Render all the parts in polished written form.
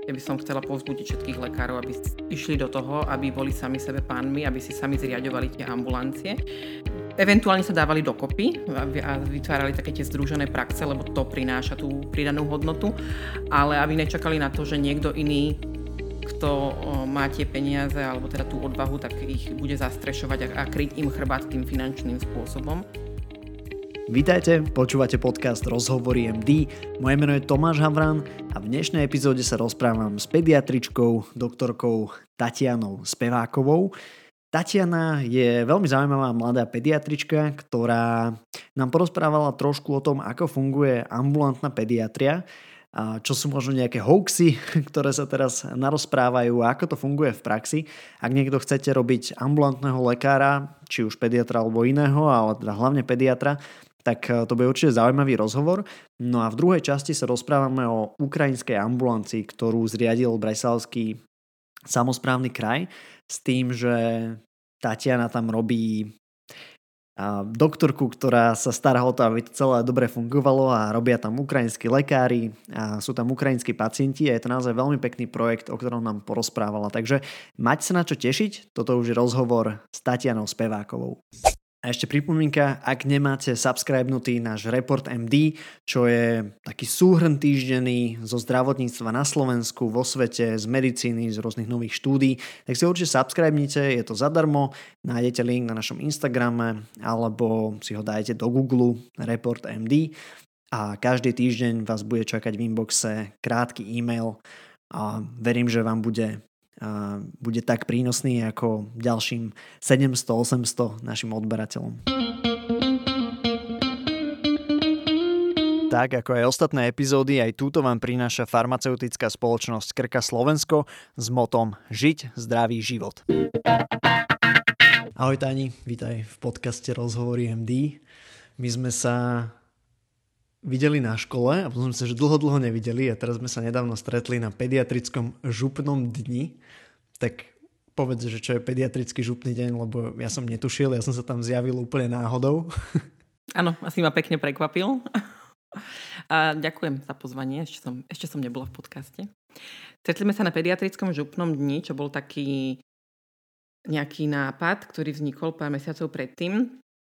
Ja by som chcela povzbudiť všetkých lekárov, aby išli do toho, aby boli sami sebe pánmi, aby si sami zriaďovali tie ambulancie. Eventuálne sa dávali dokopy a vytvárali také tie združené praxe, lebo to prináša tú pridanú hodnotu, ale aby nečakali na to, že niekto iný, kto má tie peniaze alebo teda tú odvahu, tak ich bude zastrešovať a kryť im chrbát tým finančným spôsobom. Vítajte, počúvate podcast Rozhovory MD. Moje meno je Tomáš Havran a v dnešnej epizóde sa rozprávam s pediatričkou, doktorkou Tatianou Spevákovou. Tatiana je veľmi zaujímavá mladá pediatrička, ktorá nám porozprávala trošku o tom, ako funguje ambulantná pediatria, a čo sú možno nejaké hoaxy, ktoré sa teraz narozprávajú a ako to funguje v praxi. Ak niekto chcete robiť ambulantného lekára, či už pediatra alebo iného, ale teda hlavne pediatra, tak to bude určite zaujímavý rozhovor. No a v druhej časti sa rozprávame o ukrajinskej ambulancii, ktorú zriadil Bratislavský samosprávny kraj s tým, že Tatiana tam robí doktorku, ktorá sa stará o to, aby to celé dobre fungovalo a robia tam ukrajinskí lekári a sú tam ukrajinskí pacienti a je to naozaj veľmi pekný projekt, o ktorom nám porozprávala. Takže máte sa na čo tešiť, toto už je rozhovor s Tatianou Spevákovou. A ešte pripomienka, ak nemáte subscribenutý náš Report MD, čo je taký súhrn týždenný zo zdravotníctva na Slovensku, vo svete, z medicíny, z rôznych nových štúdií, tak si určite subscribnite, je to zadarmo, nájdete link na našom Instagrame alebo si ho dajte do Google Report MD a každý týždeň vás bude čakať v inboxe krátky e-mail a verím, že vám bude tak prínosný ako ďalším 700-800 našim odberateľom. Tak ako aj ostatné epizódy, aj túto vám prináša farmaceutická spoločnosť Krka Slovensko s motom Žiť zdravý život. Ahoj Tani, vítaj v podcaste Rozhovory MD. My sme sa videli na škole a potom sme sa že dlho nevideli a teraz sme sa nedávno stretli na pediatrickom župnom dni. Tak povedz, že čo je pediatrický župný deň, lebo ja som netušil, ja som sa tam zjavil úplne náhodou. Áno, asi ma pekne prekvapil. A ďakujem za pozvanie, ešte som nebola v podcaste. Stretli sme sa na pediatrickom župnom dni, čo bol taký nejaký nápad, ktorý vznikol pár mesiacov predtým.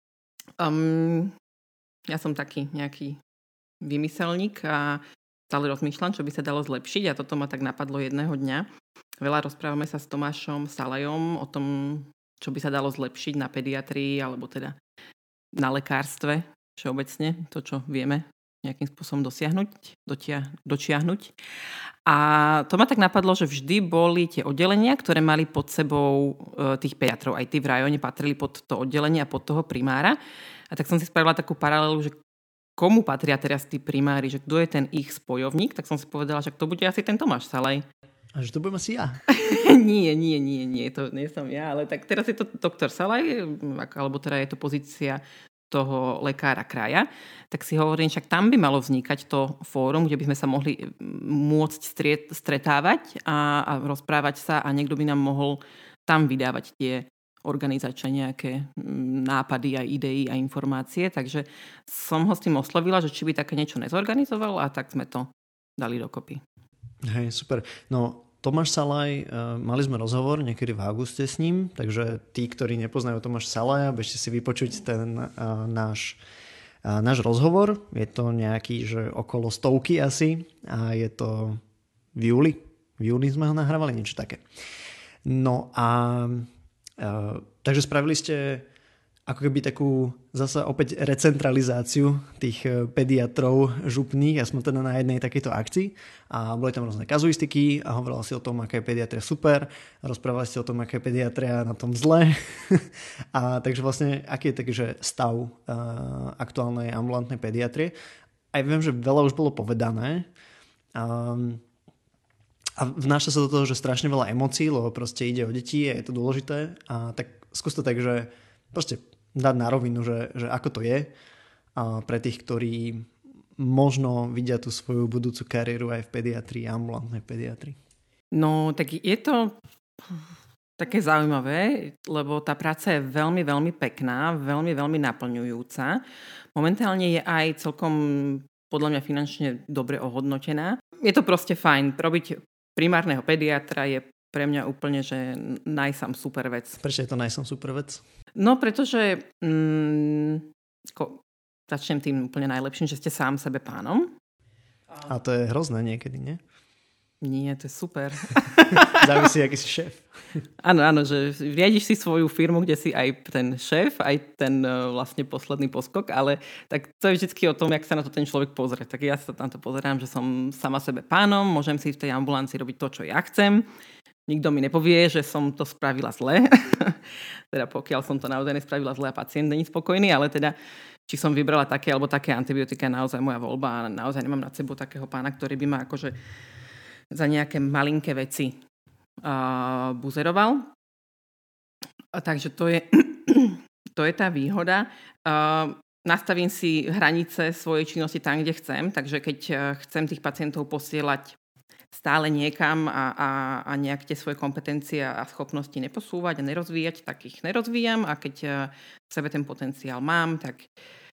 Ja som taký nejaký vymyselník a stále rozmýšľam, čo by sa dalo zlepšiť a toto ma tak napadlo jedného dňa. Veľa rozprávame sa s Tomášom Salajom o tom, čo by sa dalo zlepšiť na pediatrii alebo teda na lekárstve všeobecne, to, čo vieme nejakým spôsobom dočiahnuť. A to ma tak napadlo, že vždy boli tie oddelenia, ktoré mali pod sebou tých pediatrov. Aj tí v rajóne patrili pod to oddelenie a pod toho primára. A tak som si spravila takú paralelu, že komu patria teraz tí primári, že kto je ten ich spojovník, tak som si povedala, že to bude asi ten Tomáš Salaj. A že to budem asi ja. Nie, to nie som ja, ale tak teraz je to doktor Salaj, alebo teda je to pozícia toho lekára kraja, tak si hovorím, však tam by malo vznikať to fórum, kde by sme sa mohli môcť stretávať a rozprávať sa a niekto by nám mohol tam vydávať tie organizačné nejaké nápady a idei a informácie, takže som ho s tým oslovila, že či by také niečo nezorganizoval a tak sme to dali dokopy. Hej, super. No, Tomáš Salaj, mali sme rozhovor niekedy v auguste s ním, takže tí, ktorí nepoznajú Tomáša Salaja, bežte si vypočuť ten náš rozhovor. Je to nejaký, že okolo 100 asi a je to v júli. V júli sme ho nahrávali, niečo také. No a takže spravili ste ako keby takú zase opäť recentralizáciu tých pediatrov župných, aspoň teda na jednej takejto akcii a boli tam rôzne kazuistiky a hovorila si o tom, aká je pediatria super a rozprávali ste o tom, aká je pediatria na tom zle a takže vlastne aký je taký že stav aktuálnej ambulantnej pediatrie. Aj viem, že veľa už bolo povedané a vnáša sa do toho, že strašne veľa emócií, lebo proste ide o deti a je to dôležité a tak skús to tak, že proste dať na rovinu, že ako to je a pre tých, ktorí možno vidia tú svoju budúcu kariéru aj v pediatrii, ambulantnej pediatrii. No, tak je to také zaujímavé, lebo tá práca je veľmi, veľmi pekná, veľmi, veľmi naplňujúca. Momentálne je aj celkom podľa mňa finančne dobre ohodnotená. Je to proste fajn robiť primárneho pediatra je pre mňa úplne, že najsam super vec. Prečo je to najsam super vec? No, pretože začnem tým úplne najlepším, že ste sám sebe pánom. A to je hrozné niekedy, nie? Nie, to je super. Závisí, aký si šéf. Áno, že riadiš si svoju firmu, kde si aj ten šéf, aj ten vlastne posledný poskok, ale tak to je vždycky o tom, jak sa na to ten človek pozrie. Tak ja sa na to pozerám, že som sama sebe pánom, môžem si v tej ambulancii robiť to, čo ja chcem. Nikto mi nepovie, že som to spravila zle. Teda pokiaľ som to naozaj nespravila zle a pacient není spokojný, ale teda či som vybrala také alebo také antibiotika, je naozaj moja voľba a naozaj nemám nad sebou takého pána, ktorý by ma akože za nejaké malinké veci buzeroval. Takže to je tá výhoda. Nastavím si hranice svojej činnosti tam, kde chcem, takže keď chcem tých pacientov posielať stále niekam a nejak tie svoje kompetencie a schopnosti neposúvať a nerozvíjať, tak ich nerozvíjam a keď v sebe ten potenciál mám, tak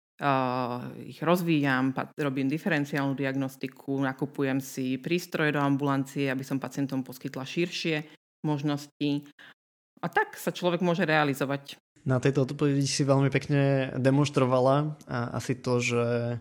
ich rozvíjam, robím diferenciálnu diagnostiku, nakupujem si prístroje do ambulancie, aby som pacientom poskytla širšie možnosti. A tak sa človek môže realizovať. Na tejto odpovedi si veľmi pekne demonstrovala asi to, že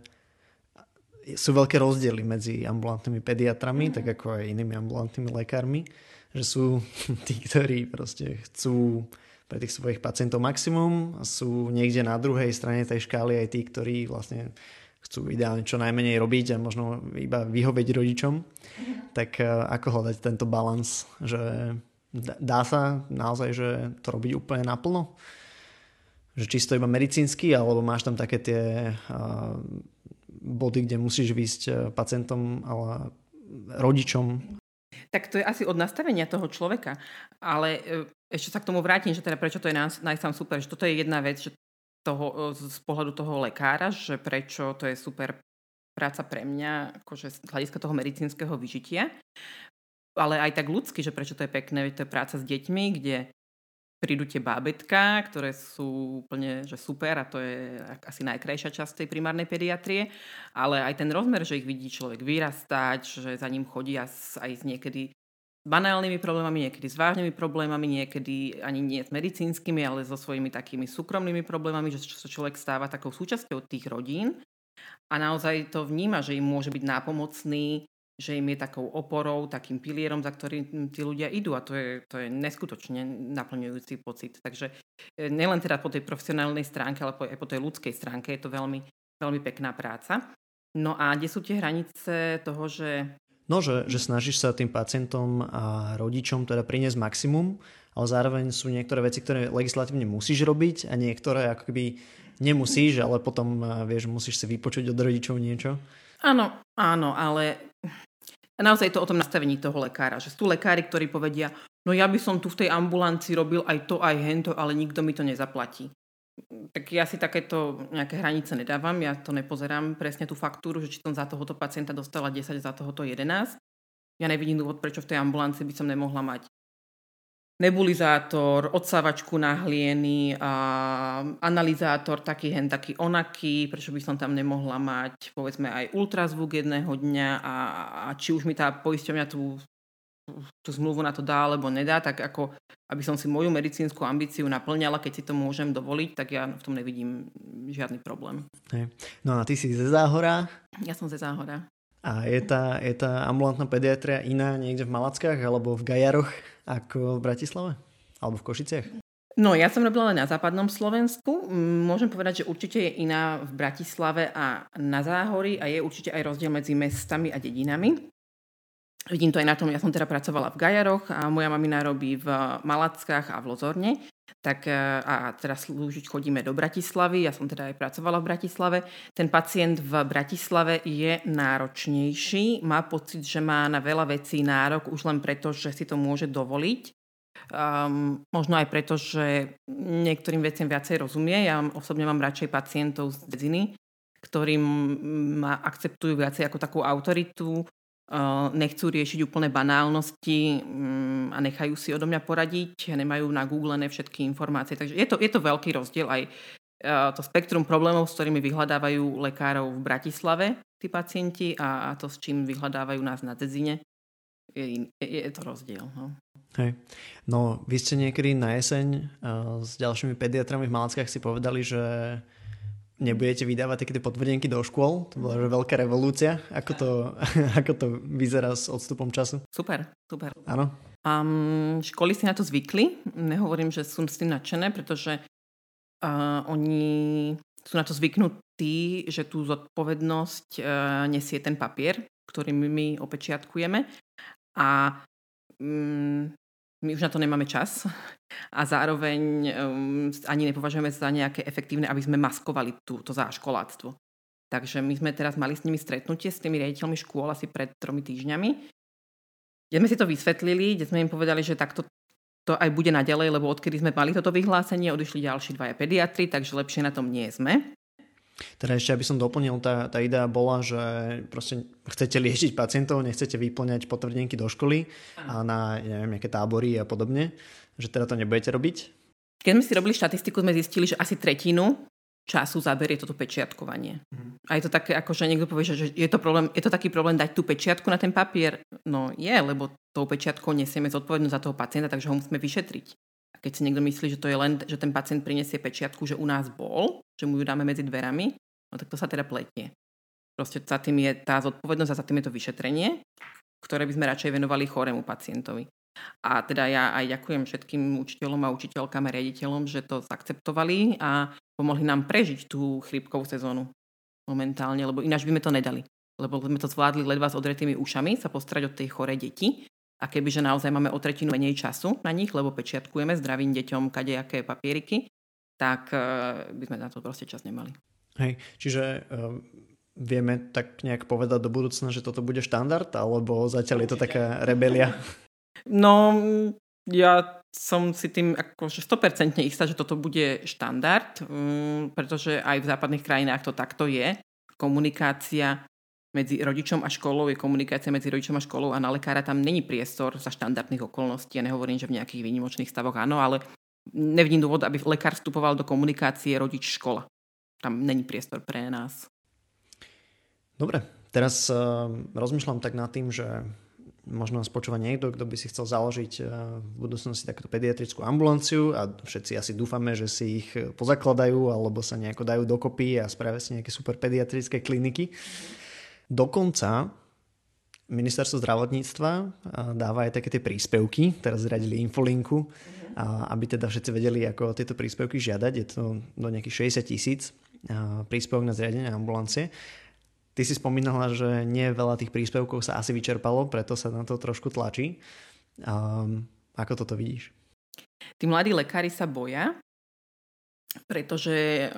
sú veľké rozdiely medzi ambulantnými pediatrami, tak ako aj inými ambulantnými lekármi, že sú tí, ktorí proste chcú pre tých svojich pacientov maximum a sú niekde na druhej strane tej škály aj tí, ktorí vlastne chcú ideálne čo najmenej robiť a možno iba vyhovieť rodičom. Tak ako hľadať tento balans, že dá sa naozaj, že to robiť úplne naplno? Že čisto iba medicínsky, alebo máš tam také tie body, kde musíš výsť pacientom, ale rodičom? Tak to je asi od nastavenia toho človeka. Ale ešte sa k tomu vrátim, že teda prečo to je najsám super. Že toto je jedna vec, že z pohľadu toho lekára, že prečo to je super práca pre mňa, akože z hľadiska toho medicínskeho vyžitia. Ale aj tak ľudsky, že prečo to je pekné, to je práca s deťmi, kde prídu tie bábätká, ktoré sú úplne že super a to je asi najkrajšia časť tej primárnej pediatrie, ale aj ten rozmer, že ich vidí človek vyrastať, že za ním chodí aj s niekedy banálnymi problémami, niekedy s vážnymi problémami, niekedy ani nie s medicínskymi, ale so svojimi takými súkromnými problémami, že sa človek stáva takou súčasťou tých rodín a naozaj to vníma, že im môže byť nápomocný, že im je takou oporou, takým pilierom, za ktorým tí ľudia idú a to je neskutočne naplňujúci pocit. Takže nielen teda po tej profesionálnej stránke, ale aj po tej ľudskej stránke je to veľmi, veľmi pekná práca. No a kde sú tie hranice toho, že... No, že snažíš sa tým pacientom a rodičom teda priniesť maximum, ale zároveň sú niektoré veci, ktoré legislatívne musíš robiť a niektoré ako keby nemusíš, ale potom vieš, musíš si vypočuť od rodičov niečo. Áno, ale naozaj je to o tom nastavení toho lekára. Že sú lekári, ktorí povedia, no ja by som tu v tej ambulancii robil aj to, aj hento, ale nikto mi to nezaplatí. Tak ja si takéto nejaké hranice nedávam, ja to nepozerám presne tú faktúru, že či som za tohoto pacienta dostala 10, za tohoto 11. Ja nevidím dôvod, prečo v tej ambulancii by som nemohla mať nebulizátor, odsávačku na hlieny, analyzátor taký onaký, prečo by som tam nemohla mať povedzme aj ultrazvuk jedného dňa a či už mi tá poisťovňa tú zmluvu na to dá alebo nedá, tak ako aby som si moju medicínsku ambíciu naplňala, keď si to môžem dovoliť, tak ja v tom nevidím žiadny problém. No a ty si ze Záhora? Ja som ze Záhora. A je tá ambulantná pediatria iná niekde v Malackách alebo v Gajaroch ako v Bratislave? Alebo v Košiciach? No, ja som robila len na západnom Slovensku. Môžem povedať, že určite je iná v Bratislave a na Záhorí a je určite aj rozdiel medzi mestami a dedinami. Vidím to aj na tom, ja som teda pracovala v Gajaroch a moja mamina robí v Malackách a v Lozorne. Tak a teraz chodíme do Bratislavy, ja som teda aj pracovala v Bratislave. Ten pacient v Bratislave je náročnejší, má pocit, že má na veľa vecí nárok už len preto, že si to môže dovoliť. Možno aj preto, že niektorým veciam viacej rozumie. Ja osobne mám radšej pacientov z dedziny, ktorí ma akceptujú viacej ako takú autoritu, nechcú riešiť úplne banálnosti a nechajú si odo mňa poradiť, nemajú nagooglené všetky informácie. Takže je to veľký rozdiel aj to spektrum problémov, s ktorými vyhľadávajú lekárov v Bratislave tí pacienti a to, s čím vyhľadávajú nás na dedzine. je to rozdiel. No. Hej. No, vy ste niekedy na jeseň s ďalšími pediatrami v Malackách si povedali, že nebudete vydávať také potvrdenky do škôl. To bola že veľká revolúcia. Ako to vyzerá s odstupom času? Super. Áno. Školy si na to zvykli. Nehovorím, že sú s tým nadšené, pretože oni sú na to zvyknutí, že tú zodpovednosť nesie ten papier, ktorý my opečiatkujeme. A my už na to nemáme čas a zároveň ani nepovažujeme za nejaké efektívne, aby sme maskovali to záškoláctvo. Takže my sme teraz mali s nimi stretnutie, s tými riaditeľmi škôl asi pred 3 týždňami, kde sme si to vysvetlili, kde sme im povedali, že takto to aj bude naďalej, lebo odkedy sme mali toto vyhlásenie, odišli ďalší 2 pediatri, takže lepšie na tom nie sme. Teda ešte, aby som doplnil, tá idea bola, že proste chcete liečiť pacientov, nechcete vyplňať potvrdenky do školy a na nejaké tábory a podobne, že teda to nebudete robiť? Keď sme si robili štatistiku, sme zistili, že asi tretinu času zaberie toto pečiatkovanie. A je to také, ako že niekto povie, že je to taký problém dať tú pečiatku na ten papier. No je, lebo tou pečiatkou nesieme zodpovednosť za toho pacienta, takže ho musíme vyšetriť. Keď si niekto myslí, že to je len, že ten pacient prinesie pečiatku, že u nás bol, že mu ju dáme medzi dverami, no tak to sa teda pletie. Proste za tým je tá zodpovednosť a za tým je to vyšetrenie, ktoré by sme radšej venovali chorému pacientovi. A teda ja aj ďakujem všetkým učiteľom a učiteľkám a riaditeľom, že to zaakceptovali a pomohli nám prežiť tú chrípkovú sezónu momentálne, lebo ináč by sme to nedali. Lebo sme to zvládli ledva s odretými ušami sa postarať o tej choré deti. A kebyže naozaj máme o tretinu menej času na nich, lebo pečiatkujeme zdravým deťom kadejaké papieriky, tak by sme na to proste čas nemali. Hej, čiže vieme tak nejak povedať do budúcna, že toto bude štandard, alebo zatiaľ je to taká rebelia? No, ja som si tým akože 100% istá, že toto bude štandard, pretože aj v západných krajinách to takto je. Komunikácia medzi rodičom a školou je komunikácia medzi rodičom a školou a na lekára tam není priestor za štandardných okolností. Ja nehovorím, že v nejakých výnimočných stavoch áno, ale nevidím dôvod, aby lekár vstupoval do komunikácie rodič-škola. Tam není priestor pre nás. Dobre, teraz rozmýšľam tak nad tým, že možno nás počúva niekto, kto by si chcel založiť v budúcnosti takúto pediatrickú ambulanciu a všetci asi dúfame, že si ich pozakladajú alebo sa nejako dajú dokopy a spravia si nejaké super pediatrické kliniky. Dokonca ministerstvo zdravotníctva dáva aj také tie príspevky, teraz zriadili infolinku, aby teda všetci vedeli, ako tieto príspevky žiadať. Je to do nejakých 60,000 príspevok na zriadenie ambulancie. Ty si spomínala, že nie veľa tých príspevkov sa asi vyčerpalo, preto sa na to trošku tlačí. Ako toto vidíš? Tí mladí lekári sa boja, pretože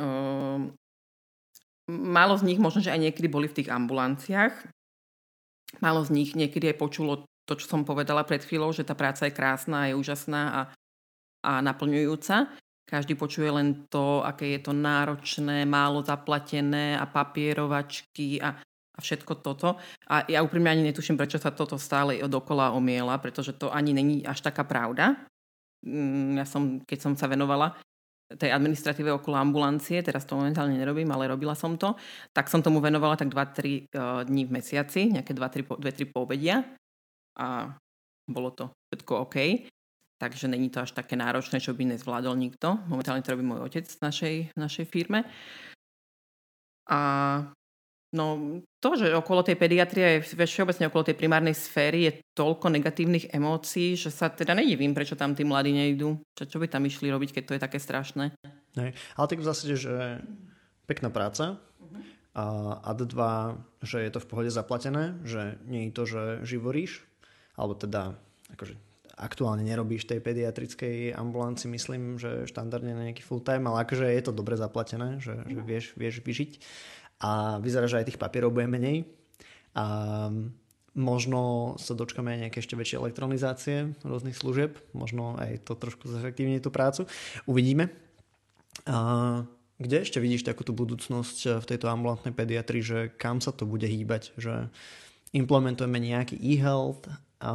málo z nich možno, že aj niekedy boli v tých ambulanciách. Málo z nich niekedy aj počulo to, čo som povedala pred chvíľou, že tá práca je krásna, je úžasná a naplňujúca. Každý počuje len to, aké je to náročné, málo zaplatené a papierovačky a všetko toto. A ja úprimne ani netuším, prečo sa toto stále dokola omiela, pretože to ani není až taká pravda. Keď som sa venovala tej administratíve okolo ambulancie, teraz to momentálne nerobím, ale robila som to, tak som tomu venovala tak 2-3 dní v mesiaci, nejaké 2-3 poobedia a bolo to všetko OK. Takže není to až také náročné, čo by nezvládol nikto. Momentálne to robí môj otec v našej firme. A no to, že okolo tej pediatrie, všeobecne okolo tej primárnej sféry je toľko negatívnych emócií, že sa teda nedivím, prečo tam tí mladí nejdú. Čo by tam išli robiť, keď to je také strašné. Nej. Ale tak v zásade, že pekná práca a dva, že je to v pohode zaplatené, že nie je to, že živoríš, alebo teda akože aktuálne nerobíš tej pediatrickej ambulanci, myslím, že štandardne na nejaký full time, ale akože je to dobre zaplatené, že vieš vyžiť. A vyzerá, že aj tých papierov bude menej. A možno sa dočkáme aj nejaké ešte väčšie elektronizácie rôznych služieb. Možno aj to trošku zefektívni tú prácu. Uvidíme. A kde ešte vidíš takúto budúcnosť v tejto ambulantnej pediatrii, že kam sa to bude hýbať? Že implementujeme nejaký e-health,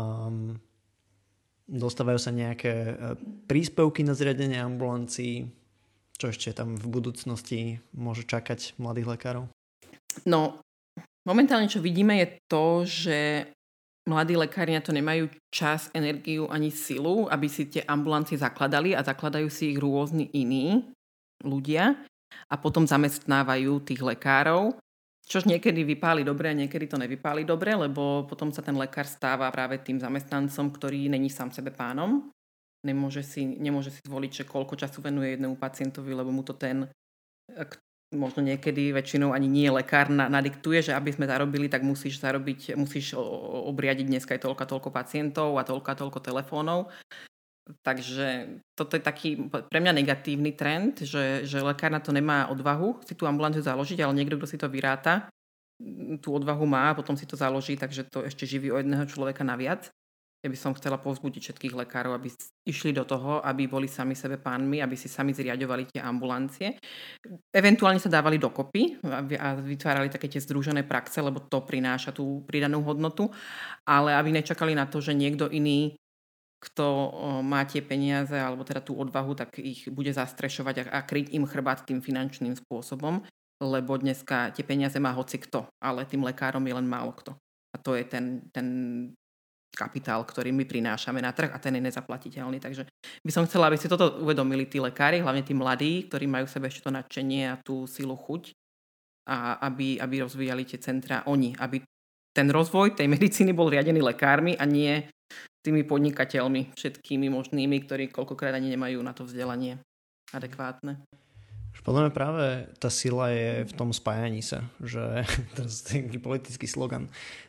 dostávajú sa nejaké príspevky na zriadenie ambulancií. Čo ešte tam v budúcnosti môže čakať mladých lekárov? No, momentálne čo vidíme je to, že mladí lekári na to nemajú čas, energiu ani silu, aby si tie ambulancie zakladali a zakladajú si ich rôzni iní ľudia a potom zamestnávajú tých lekárov, čož niekedy vypáli dobre a niekedy to nevypáli dobre, lebo potom sa ten lekár stáva práve tým zamestnancom, ktorý není sám sebe pánom. Nemôže si zvoliť, že koľko času venuje jednému pacientovi, lebo mu to ten, možno niekedy väčšinou ani nie lekár nadiktuje, že aby sme zarobili, tak musíš obriadiť dneska aj toľko pacientov a toľko telefónov. Takže toto je taký pre mňa negatívny trend, že lekár na to nemá odvahu si tú ambulanciu založiť, ale niekto, kto si to vyráta, tú odvahu má a potom si to založí, takže to ešte živí o jedného človeka naviac. Ja by som chcela povzbudiť všetkých lekárov, aby išli do toho, aby boli sami sebe pánmi, aby si sami zriaďovali tie ambulancie. Eventuálne sa dávali dokopy a vytvárali také tie združené praxe, lebo to prináša tú pridanú hodnotu, ale aby nečakali na to, že niekto iný, kto má tie peniaze alebo teda tú odvahu, tak ich bude zastrešovať a kryť im chrbát tým finančným spôsobom, lebo dneska tie peniaze má hocikto, ale tým lekárom je len málo kto. A to je ten kapitál, ktorý my prinášame na trh a ten je nezaplatiteľný. Takže by som chcela, aby si toto uvedomili tí lekári, hlavne tí mladí, ktorí majú v sebe ešte to nadšenie a tú silu chuť a aby rozvíjali tie centra oni, aby ten rozvoj tej medicíny bol riadený lekármi a nie tými podnikateľmi, všetkými možnými, ktorí koľkokrát ani nemajú na to vzdelanie adekvátne. Podľa mňa práve tá sila je v tom spájaní sa, že to je taký politický slogan.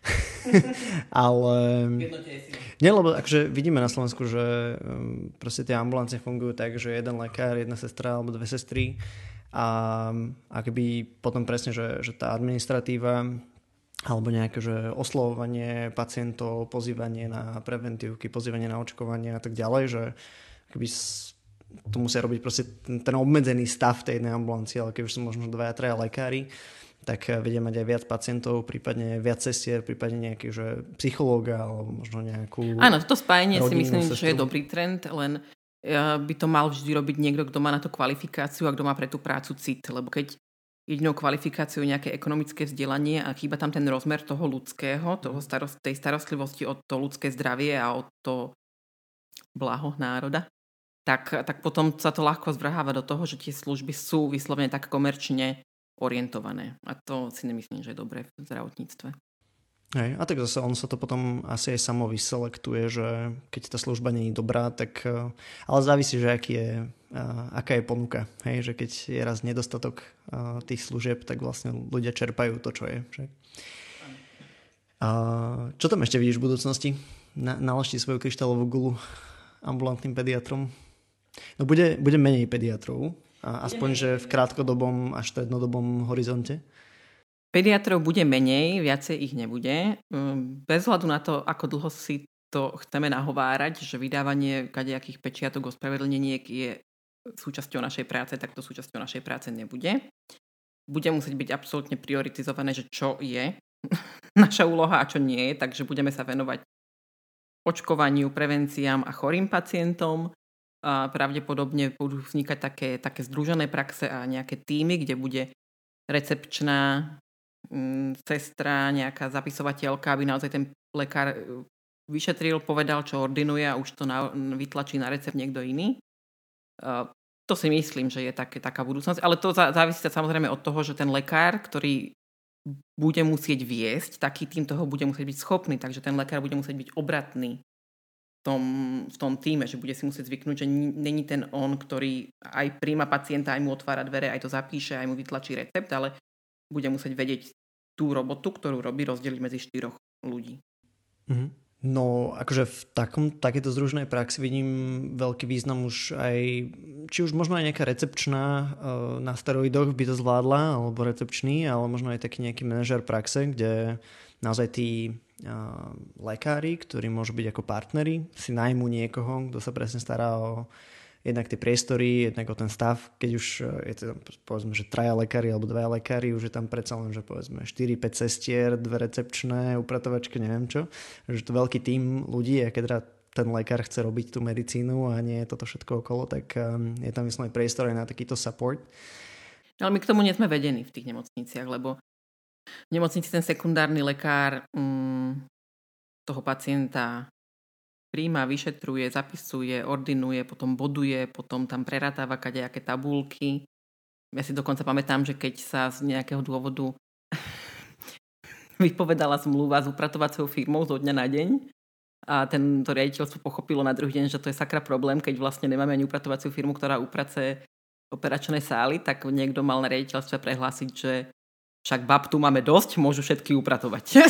Ale nie, lebo akože vidíme na Slovensku, že proste tie ambulancie fungujú tak, že jeden lekár, jedna sestra alebo dve sestry a akoby potom presne, že tá administratíva alebo nejaké že oslovovanie pacientov, pozývanie na preventívky, pozývanie na očkovanie a tak ďalej, že akoby to musia robiť proste ten obmedzený stav tej jednej ambulancii, ale keď už sú možno 2-3 lekári, tak vedia mať aj viac pacientov, prípadne viac sestier, prípadne nejaký že psychológa alebo možno nejakú. Áno, toto spájanie si myslím, sestru. že je dobrý trend, len by to mal vždy robiť niekto, kto má na to kvalifikáciu a kto má pre tú prácu cit, lebo keď jedinou kvalifikáciou nejaké ekonomické vzdelanie a chýba tam ten rozmer toho ľudského, tej starostlivosti o to ľudské zdravie a o to blaho národa, tak potom sa to ľahko zvrháva do toho, že tie služby sú vyslovene tak komerčne orientované. A to si nemyslím, že je dobré v zdravotníctve. Hej, a tak zase on sa to potom asi aj samo vyselektuje, že keď tá služba nie je dobrá, tak ale závisí, že aká je ponuka. Hej, že keď je raz nedostatok tých služieb, tak vlastne ľudia čerpajú to, čo je. Že? Čo tam ešte vidíš v budúcnosti? Naložti svoju kryštálovú gulu ambulantným pediatrom? No bude menej pediatrov, aspoň že v krátkodobom a strednodobom horizonte. Pediatrov bude menej, viacej ich nebude. Bez hľadu na to, ako dlho si to chceme nahovárať, že vydávanie kadejakých pečiatok ospravedlneniek je súčasťou našej práce, tak to súčasťou našej práce nebude. Bude musieť byť absolútne prioritizované, že čo je naša úloha a čo nie je, takže budeme sa venovať očkovaniu, prevenciám a chorým pacientom. A pravdepodobne budú vznikať také združené praxe a nejaké týmy, kde bude recepčná sestra, nejaká zapisovateľka, aby naozaj ten lekár vyšetril, povedal, čo ordinuje a už to vytlačí na recept niekto iný. To si myslím, že je taká budúcnosť, ale to závisí samozrejme od toho, že ten lekár, ktorý bude musieť viesť, taký tým toho bude musieť byť schopný, takže ten lekár bude musieť byť obratný v tom týme, že bude si musieť zvyknúť, že není ten on, ktorý aj príjma pacienta, aj mu otvára dvere, aj to zapíše, aj mu vytlačí recept, ale bude musieť vedieť tú robotu, ktorú robí, rozdeliť medzi 4 ľudí. Mm-hmm. No, akože v takéto združenej praxi vidím veľký význam už aj, či už možno aj nejaká recepčná na steroidoch by to zvládla, alebo recepčný, ale možno aj taký nejaký manažer praxe, kde naozaj tí lekári, ktorí môžu byť ako partneri, si najmú niekoho, kto sa presne stará o jednak tie priestory, jednak o ten stav. Keď už je to povedzme, že 3 lekári alebo 2 lekári, už je tam predsa len, že povedzme 4-5 sestier, 2 recepčné, upratovačky, neviem čo. Že to veľký tím ľudí a keď ten lekár chce robiť tú medicínu a nie je toto všetko okolo, tak je tam vyslovene priestor aj na takýto support. Ale my k tomu nie sme vedení v tých nemocniciach, lebo v nemocnici ten sekundárny lekár toho pacienta príjma, vyšetruje, zapisuje, ordinuje, potom boduje, potom tam preratáva kadejaké tabulky. Ja si dokonca pamätám, že keď sa z nejakého dôvodu vypovedala zmluva s upratovacou firmou zo dňa na deň a to riaditeľstvo pochopilo na druhý deň, že to je sakra problém, keď vlastne nemáme ani upratovaciu firmu, ktorá uprace operačné sály, tak niekto mal na riaditeľstve prehlásiť, že však bab tu máme dosť, môžu všetky upratovať.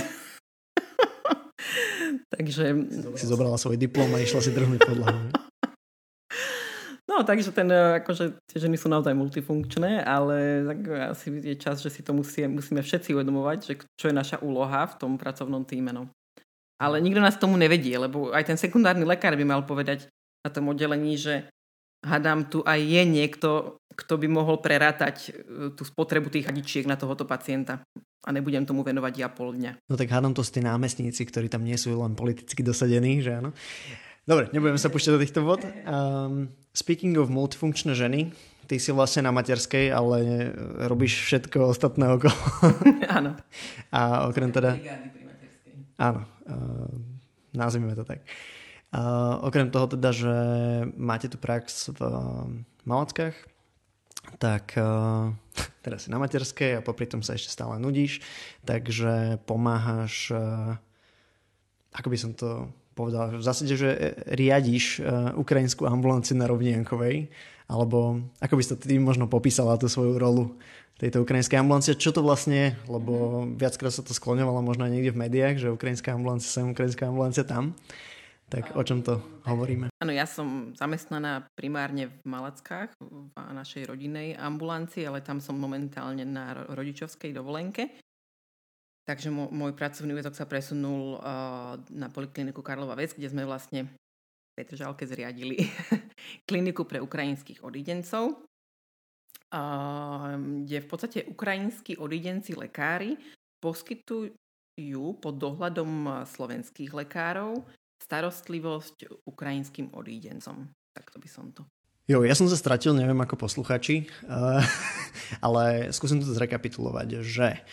Takže... Si zobrala svoj diplom a išla si drhnúť podlahu. No, takže akože tie ženy sú naozaj multifunkčné, ale tak asi je čas, že si to musíme všetci uvedomovať, že čo je naša úloha v tom pracovnom týme. No. Ale nikto nás tomu nevedie, lebo aj ten sekundárny lekár by mal povedať na tom oddelení, že hádam, tu aj je niekto, kto by mohol prerátať tú spotrebu tých hadičiek na tohoto pacienta. A nebudem tomu venovať ja pol dňa. No tak hádam to sú tí námestníci, ktorí tam nie sú len politicky dosadení, že áno. Dobre, nebudeme sa púšťať do týchto vod. Speaking of multifunkčné ženy, ty si vlastne na materskej, ale robíš všetko ostatné okolo. Áno. A okrem teda... Áno, nazvime to tak. Okrem toho teda, že máte tu prax v Malackách, tak teraz si na materskej a popri tom sa ešte stále nudíš, takže pomáhaš, ako by som to povedal, v zásade, že riadiš ukrajinskú ambulanciu na Rovniankovej, alebo ako by si to ty možno popísala tú svoju rolu tejto ukrajinskej ambulancie, čo to vlastne je, lebo viackrát sa to skloňovalo možno aj niekde v médiách, že ukrajinská ambulancia sem, ukrajinská ambulancia tam. Tak o čom to hovoríme? Áno, ja som zamestnaná primárne v Malackách, v našej rodinnej ambulancii, ale tam som momentálne na rodičovskej dovolenke. Takže môj pracovný úväzok sa presunul na Polikliniku Karlova Ves, kde sme vlastne v Petržalke zriadili kliniku pre ukrajinských odídencov, kde v podstate ukrajinskí odídenci lekári poskytujú pod dohľadom slovenských lekárov starostlivosť ukrajinským odídencom. Takto by som to. Jo, ja som sa stratil, neviem ako posluchači, ale skúsim to zrekapitulovať, že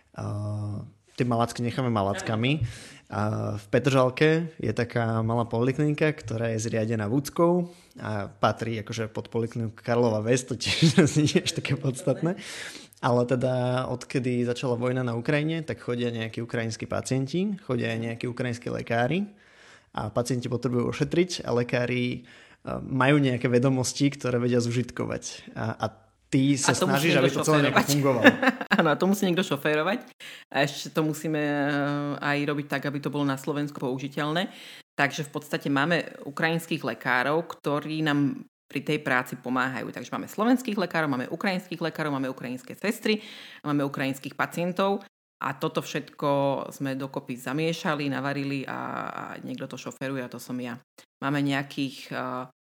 tie Malacky necháme Malackami. V Petržalke je taká malá poliklinika, ktorá je zriadená Vúckou a patrí akože pod polikliniku Karlova Ves, to tiež nie je také podstatné. Ale teda odkedy začala vojna na Ukrajine, tak chodia nejakí ukrajinskí pacienti, chodia aj nejakí ukrajinskí lekári a pacienti potrebujú ošetriť a lekári majú nejaké vedomosti, ktoré vedia zužitkovať. A ty sa snažíš, aby to celé nejako fungovalo. Áno, a to musí niekto šoférovať. A ešte to musíme aj robiť tak, aby to bolo na Slovensku použiteľné. Takže v podstate máme ukrajinských lekárov, ktorí nám pri tej práci pomáhajú. Takže máme slovenských lekárov, máme ukrajinských lekárov, máme ukrajinské sestry, máme ukrajinských pacientov. A toto všetko sme dokopy zamiešali, navarili a niekto to šoferuje a to som ja. Máme nejakých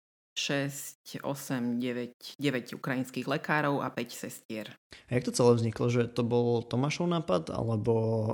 6, 8, 9 ukrajinských lekárov a 5 sestier. A jak to celé vzniklo? Že to bol Tomášov nápad? Alebo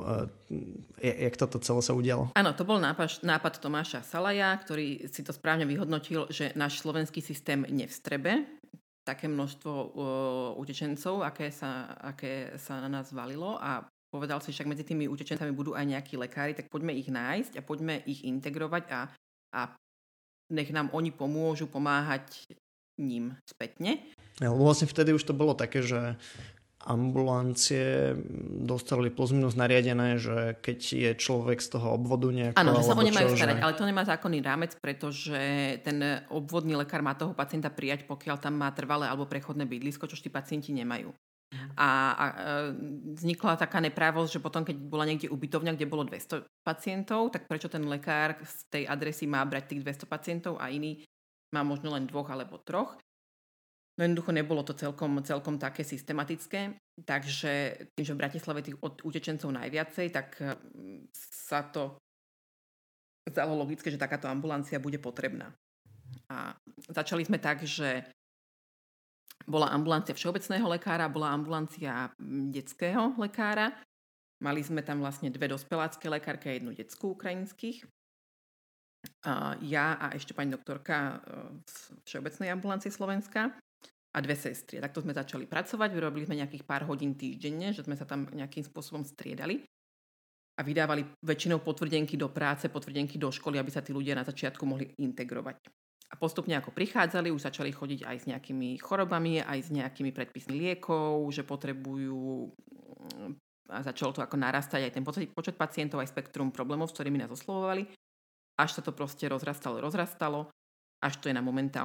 jak toto celé sa udialo? Áno, to bol nápad Tomáša Salaja, ktorý si to správne vyhodnotil, že náš slovenský systém nevstrebe také množstvo utečencov, aké sa na nás valilo a povedal si, však medzi tými utečencami budú aj nejakí lekári, tak poďme ich nájsť a poďme ich integrovať a nech nám oni pomôžu pomáhať ním spätne. Ja, lebo vlastne vtedy už to bolo také, že ambulancie dostali plus minus nariadené, že keď je človek z toho obvodu nejako... Áno, že sa o ne majú starať, ale to nemá zákonný rámec, pretože ten obvodný lekár má toho pacienta prijať, pokiaľ tam má trvalé alebo prechodné bydlisko, čo tí pacienti nemajú. A vznikla taká neprávosť, že potom, keď bola niekde ubytovňa, kde bolo 200 pacientov, tak prečo ten lekár z tej adresy má brať tých 200 pacientov a iný má možno len 2 alebo 3. No jednoducho nebolo to celkom také systematické, takže tým, že v Bratislave tých utečencov najviacej, tak sa to zdalo logické, že takáto ambulancia bude potrebná. A začali sme tak, že bola ambulancia všeobecného lekára, bola ambulancia detského lekára. Mali sme tam vlastne 2 dospelácké lekárky a 1 detskú ukrajinských. Ja a ešte pani doktorka z všeobecnej ambulancie Slovenska a 2 sestry. Takto sme začali pracovať, vyrobili sme nejakých pár hodín týždenne, že sme sa tam nejakým spôsobom striedali. a vydávali väčšinou potvrdenky do práce, potvrdenky do školy, aby sa tí ľudia na začiatku mohli integrovať. A postupne ako prichádzali, už začali chodiť aj s nejakými chorobami, aj s nejakými predpismi liekov, že potrebujú, a začalo to ako narastať aj ten počet pacientov, aj spektrum problémov, s ktorými nás oslovovali, až sa to proste rozrastalo, až to je na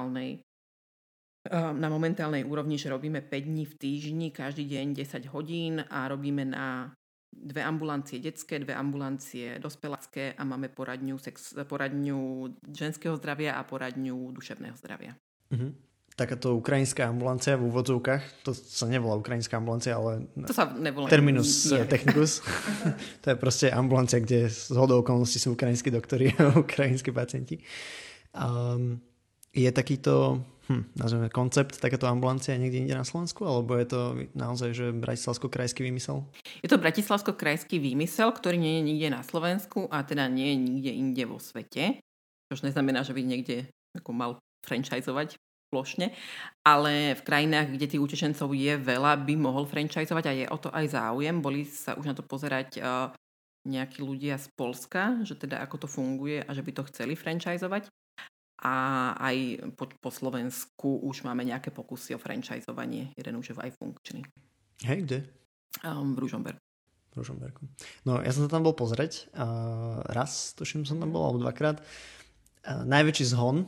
momentálnej úrovni, že robíme 5 dní v týždni, každý deň 10 hodín a robíme na 2 ambulancie detské, 2 ambulancie dospelácké a máme poradňu ženského zdravia a poradňu duševného zdravia. Takáto ukrajinská ambulancia v úvodzovkách, to sa nevolá ukrajinská ambulancia, ale to sa nevolá terminus technicus. To je proste ambulancia, kde z hodou okolností sú ukrajinskí doktori a ukrajinskí pacienti. Je takýto nazveme koncept, takáto ambulancia niekde inde na Slovensku, alebo je to naozaj, že bratislavsko-krajský výmysel? Je to bratislavsko-krajský výmysel, ktorý nie je nikde na Slovensku a teda nie je nikde inde vo svete. Čo neznamená, že by niekde ako mal franchisovať plošne, ale v krajinách, kde tých utečencov je veľa, by mohol franchisovať a je o to aj záujem. Boli sa už na to pozerať nejakí ľudia z Poľska, že teda ako to funguje a že by to chceli franchisovať. A aj po Slovensku už máme nejaké pokusy o franchisovanie. Jeden už je aj funkčný. Hej, kde? V Ružomberku. No, ja som sa tam bol pozrieť. Raz, tuším, som tam bol, alebo dvakrát. Najväčší zhon.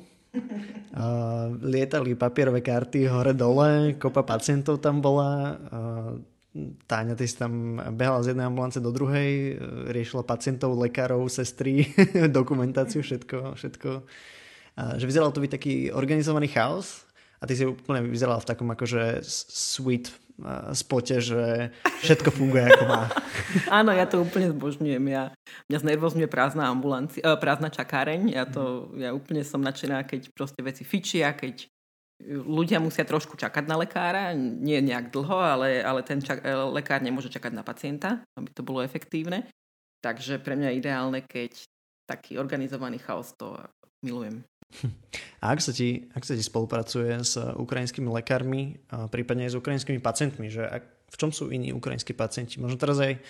Lietali papierové karty hore-dole, kopa pacientov tam bola. Táňa, ty si tam behala z jednej ambulance do druhej, riešila pacientov, lekárov, sestry, dokumentáciu, všetko. Že vyzeral to byť taký organizovaný chaos a ty si úplne vyzerala v takom akože sweet spote, že všetko funguje ako má. Áno, ja to úplne zbožňujem. Mňa znervozňuje prázdna čakáreň. Ja úplne som nadšená, keď proste veci fičia, keď ľudia musia trošku čakať na lekára. Nie nejak dlho, ale ten lekár nemôže čakať na pacienta, aby to bolo efektívne. Takže pre mňa je ideálne, keď taký organizovaný chaos, to milujem. A ak sa ti spolupracuje s ukrajinskými lekármi, prípadne aj s ukrajinskými pacientmi, že v čom sú iní ukrajinskí pacienti? Možno teraz aj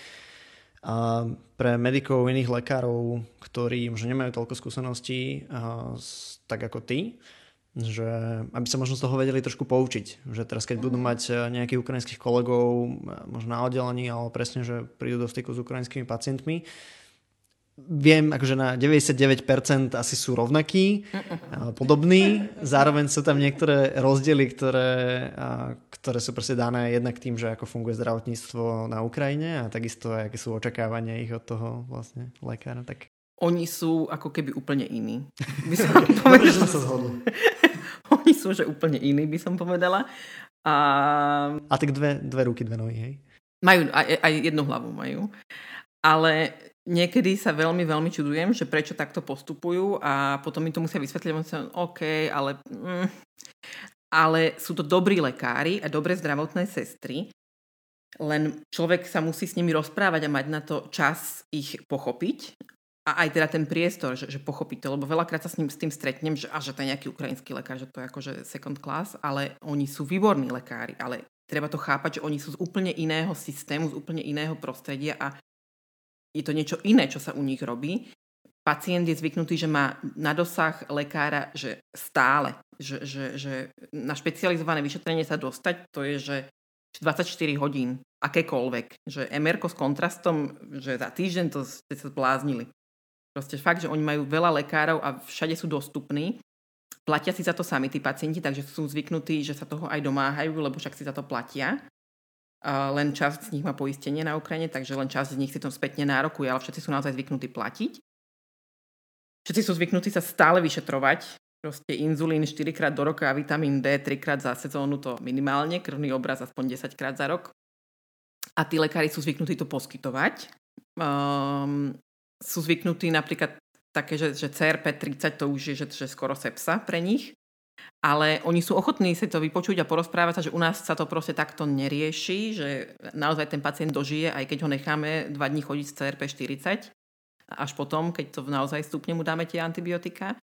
pre medikov, iných lekárov, ktorí možno nemajú toľko skúseností tak ako ty, že aby sa možno z toho vedeli trošku poučiť. Že teraz, keď budú mať nejakých ukrajinských kolegov, možno na oddelení, ale presne, že prídu do styku s ukrajinskými pacientmi, viem, akože na 99% asi sú rovnakí, podobní. Zároveň sú tam niektoré rozdiely, ktoré sú proste dané jednak tým, že ako funguje zdravotníctvo na Ukrajine a takisto aj aké sú očakávania ich od toho vlastne lekára. Tak. Oni sú ako keby úplne iní. By som povedala, že sa zhodli. Oni sú že úplne iní, by som povedala. A tak dve ruky, dve nohy, hej? Majú, aj jednu hlavu majú. Ale niekedy sa veľmi, veľmi čudujem, že prečo takto postupujú a potom mi to musia vysvetliť, OK, ale sú to dobrí lekári a dobré zdravotné sestry, len človek sa musí s nimi rozprávať a mať na to čas ich pochopiť a aj teda ten priestor, že pochopiť to, lebo veľakrát sa s tým stretnem, že to je nejaký ukrajinský lekár, že to je akože second class, ale oni sú výborní lekári, ale treba to chápať, že oni sú z úplne iného systému, z úplne iného prostredia a je to niečo iné, čo sa u nich robí. Pacient je zvyknutý, že má na dosah lekára, že stále, že na špecializované vyšetrenie sa dostať, to je, že 24 hodín, akékoľvek. Že MR-ko s kontrastom, že za týždeň to ste sa zbláznili. Proste fakt, že oni majú veľa lekárov a všade sú dostupní. Platia si za to sami tí pacienti, takže sú zvyknutí, že sa toho aj domáhajú, lebo však si za to platia. Len časť z nich má poistenie na Ukrajine, takže len časť z nich si to spätne nárokuje, ale všetci sú naozaj zvyknutí platiť. Všetci sú zvyknutí sa stále vyšetrovať. Proste inzulín 4-krát do roka a vitamín D 3-krát za sezónu, to minimálne, krvný obraz aspoň 10-krát za rok. A tí lekári sú zvyknutí to poskytovať. Sú zvyknutí napríklad také, že CRP 30 to už je že skoro sepsa pre nich. Ale oni sú ochotní si to vypočuť a porozprávať sa, že u nás sa to proste takto nerieši, že naozaj ten pacient dožije, aj keď ho necháme 2 dní chodiť z CRP 40 a až potom, keď to naozaj stupne, mu dáme tie antibiotika.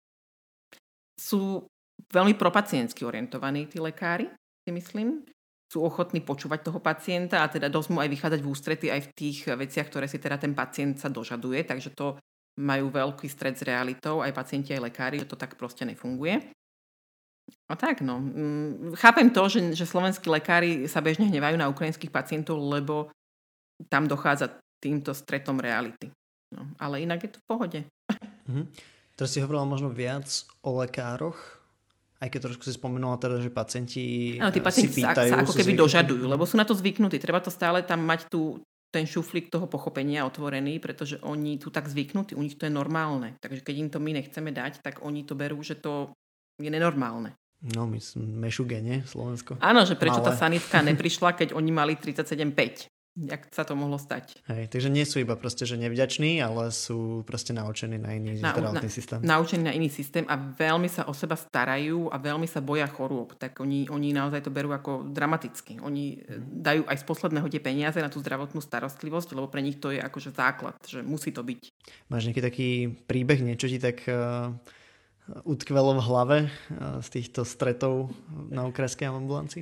Sú veľmi propacientsky orientovaní tí lekári, si myslím. sú ochotní počúvať toho pacienta a teda dosť mu aj vychádzať v ústrety aj v tých veciach, ktoré si teda ten pacient sa dožaduje, takže to majú veľký stret s realitou, aj pacienti, aj lekári, že to tak proste nefunguje. A tak, no. Chápem to, že slovenskí lekári sa bežne hnevajú na ukrajinských pacientov, lebo tam dochádza týmto stretom reality. No, ale inak je to v pohode. Teraz si hovorila možno viac o lekároch, aj keď trošku si spomenula teda, že pacienti tí pacienti si pýtajú. Sa ako keby dožadujú, lebo sú na to zvyknutí. Treba to stále tam mať ten šuflík toho pochopenia otvorený, pretože oni tu tak zvyknutí, u nich to je normálne. Takže keď im to my nechceme dať, tak oni to berú, že to je nenormálne. No, my sme Mešuge, nie? Slovensko. Áno, že prečo tá sanitka neprišla, keď oni mali 37,5. Jak sa to mohlo stať? Hej, takže nie sú iba proste, že nevďační, ale sú proste naučení na iný zdravotný systém. Naučení na iný systém a veľmi sa o seba starajú a veľmi sa boja chorôb. Tak oni naozaj to berú ako dramaticky. Oni dajú aj z posledného tie peniaze na tú zdravotnú starostlivosť, lebo pre nich to je akože základ, že musí to byť. Máš nejaký taký príbeh, niečo ti tak utkvelo v hlave z týchto stretov na ukrajinskej ambulancii?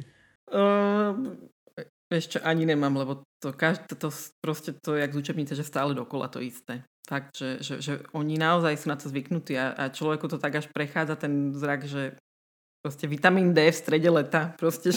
Ešte ani nemám, lebo to proste to je jak z učebnice, že stále dokola to isté. Fakt, že oni naozaj sú na to zvyknutí a človeku to tak až prechádza ten zrak, že proste vitamín D v strede leta. Proste.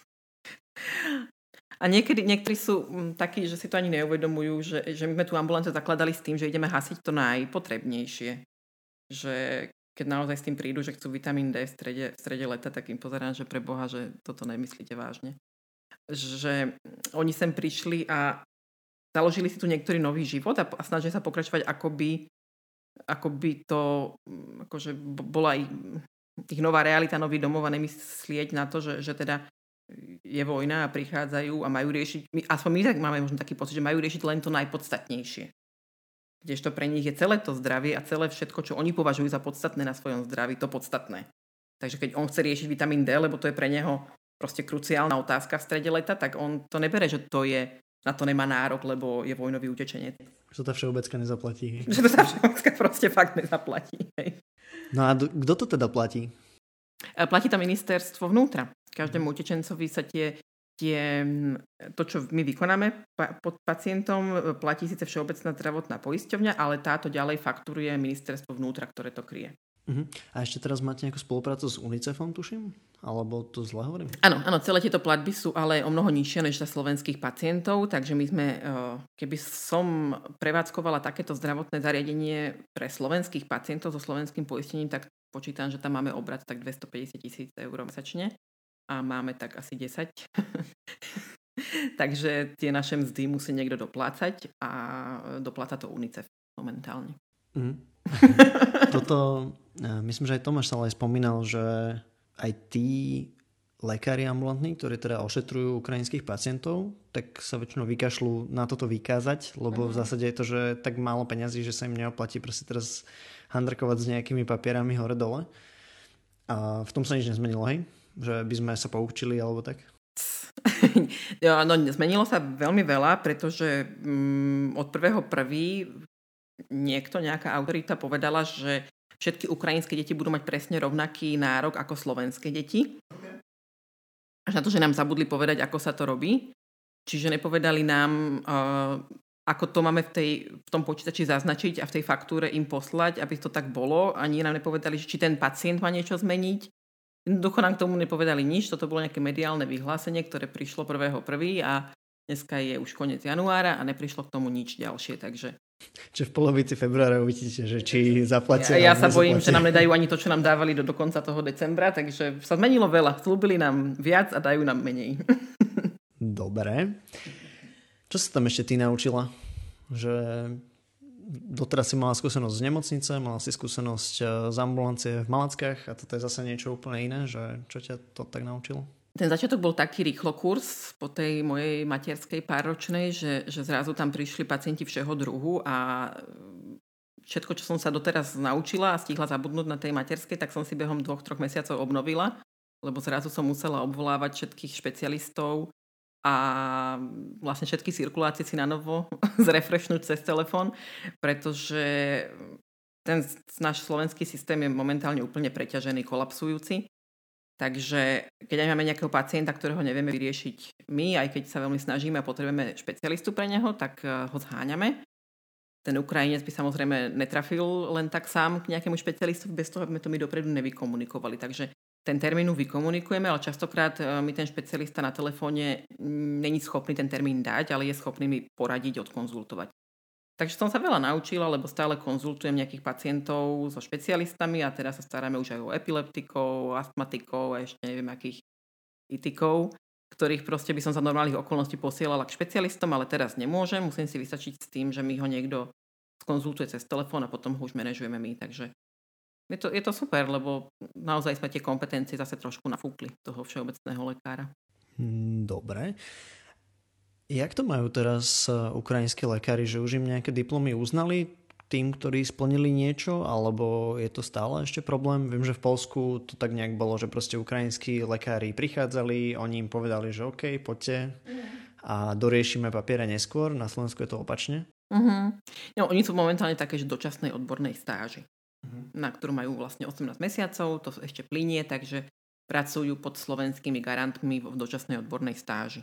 A niektorí sú takí, že si to ani neuvedomujú, že my sme tú ambulanciu zakladali s tým, že ideme hasiť to najpotrebnejšie. Že keď naozaj s tým prídu, že chcú vitamín D v strede leta, tak im pozerám, že pre Boha, že toto nemyslíte vážne. Že oni sem prišli a založili si tu niektorý nový život a snažia sa pokračovať, ako by to akože bola ich nová realita, nový domov a nemyslieť na to, že teda je vojna a prichádzajú a majú riešiť, aspoň my tak máme možno taký pocit, že majú riešiť len to najpodstatnejšie. Kdežto pre nich je celé to zdravie a celé všetko, čo oni považujú za podstatné na svojom zdraví, to podstatné. Takže keď on chce riešiť vitamín D, lebo to je pre neho proste kruciálna otázka v strede leta, tak on to nebere, že to je, na to nemá nárok, lebo je vojnový utečenec. Že to všeobecka nezaplatí. Že to sa všeobecka proste fakt nezaplatí. Hej. No a kto to teda platí? Platí to ministerstvo vnútra. Každému utečencovi sa to, čo my vykonáme pod pacientom, platí síce Všeobecná zdravotná poisťovňa, ale táto ďalej fakturuje ministerstvo vnútra, ktoré to kryje. A ešte teraz máte nejakú spoluprácu s UNICEFom, tuším? Alebo to zle hovorím? Áno, celé tieto platby sú ale o mnoho nižšie než za slovenských pacientov, takže my sme, keby som prevádzkovala takéto zdravotné zariadenie pre slovenských pacientov so slovenským poistením, tak počítam, že tam máme obrat tak 250 000 eur mesačne a máme tak asi 10. Takže tie naše mzdy musí niekto doplácať a dopláca to UNICEF momentálne. Toto, myslím, že aj Tomáš sa aj spomínal, že aj tí lekári ambulantní, ktorí teda ošetrujú ukrajinských pacientov, tak sa väčšinou vykašľú na toto vykázať, lebo v zásade je to, že tak málo peňazí, že sa im neoplatí proste teraz handrkovať s nejakými papierami hore-dole. A v tom sa nič nezmenilo, hej? Že by sme sa poučili alebo tak? No, zmenilo sa veľmi veľa, pretože od 1.1. nejaká autorita povedala, že všetky ukrajinské deti budú mať presne rovnaký nárok ako slovenské deti. Až na to, že nám zabudli povedať, ako sa to robí. Čiže nepovedali nám, ako to máme v tom počítači zaznačiť a v tej faktúre im poslať, aby to tak bolo. Ani nám nepovedali, či ten pacient má niečo zmeniť. Jednoducho nám k tomu nepovedali nič. Toto bolo nejaké mediálne vyhlásenie, ktoré prišlo 1.1. a dneska je už koniec januára a neprišlo k tomu nič ďalšie. Takže Čiže v polovici februára uvidíte, že či zaplatia. Ja sa bojím, že nám nedajú ani to, čo nám dávali do konca toho decembra, takže sa zmenilo veľa. Slúbili nám viac a dajú nám menej. Dobre. Čo sa tam ešte ty naučila? Že doteraz si mala skúsenosť z nemocnice, mala si skúsenosť z ambulancie v Malackách a toto je zase niečo úplne iné, že čo ťa to tak naučilo? Ten začiatok bol taký rýchlo kurz po tej mojej materskej párročnej, že zrazu tam prišli pacienti všeho druhu a všetko, čo som sa doteraz naučila a stihla zabudnúť na tej materskej, tak som si behom 2-3 mesiacov obnovila, lebo zrazu som musela obvolávať všetkých špecialistov a vlastne všetky cirkulácie si na novo zrefreshnúť cez telefón, pretože ten náš slovenský systém je momentálne úplne preťažený, kolapsujúci. Takže keď aj máme nejakého pacienta, ktorého nevieme vyriešiť my, aj keď sa veľmi snažíme a potrebujeme špecialistu pre neho, tak ho zháňame. Ten Ukrajinec by samozrejme netrafil len tak sám k nejakému špecialistovi, bez toho, aby sme to my dopredu nevykomunikovali. Takže ten termín vykomunikujeme, ale častokrát mi ten špecialista na telefóne není schopný ten termín dať, ale je schopný mi poradiť, odkonzultovať. Takže som sa veľa naučila, lebo stále konzultujem nejakých pacientov so špecialistami a teraz sa staráme už aj o epileptikov, astmatikov a ešte neviem akých itikov, ktorých proste by som za normálnych okolností posielala k špecialistom, ale teraz nemôžem, musím si vystačiť s tým, že mi ho niekto skonzultuje cez telefón a potom ho už manažujeme my, takže je to super, lebo naozaj sme tie kompetencie zase trošku nafúkli toho všeobecného lekára. Dobre. Jak to majú teraz ukrajinskí lekári, že už im nejaké diplomy uznali tým, ktorí splnili niečo, alebo je to stále ešte problém? Viem, že v Poľsku to tak nejak bolo, že proste ukrajinskí lekári prichádzali, oni im povedali, že OK, poďte a doriešime papiere neskôr. Na Slovensku je to opačne? No, oni sú momentálne také, že dočasnej odbornej stáži, na ktorú majú vlastne 18 mesiacov, to ešte plynie, takže pracujú pod slovenskými garantmi v dočasnej odbornej stáži.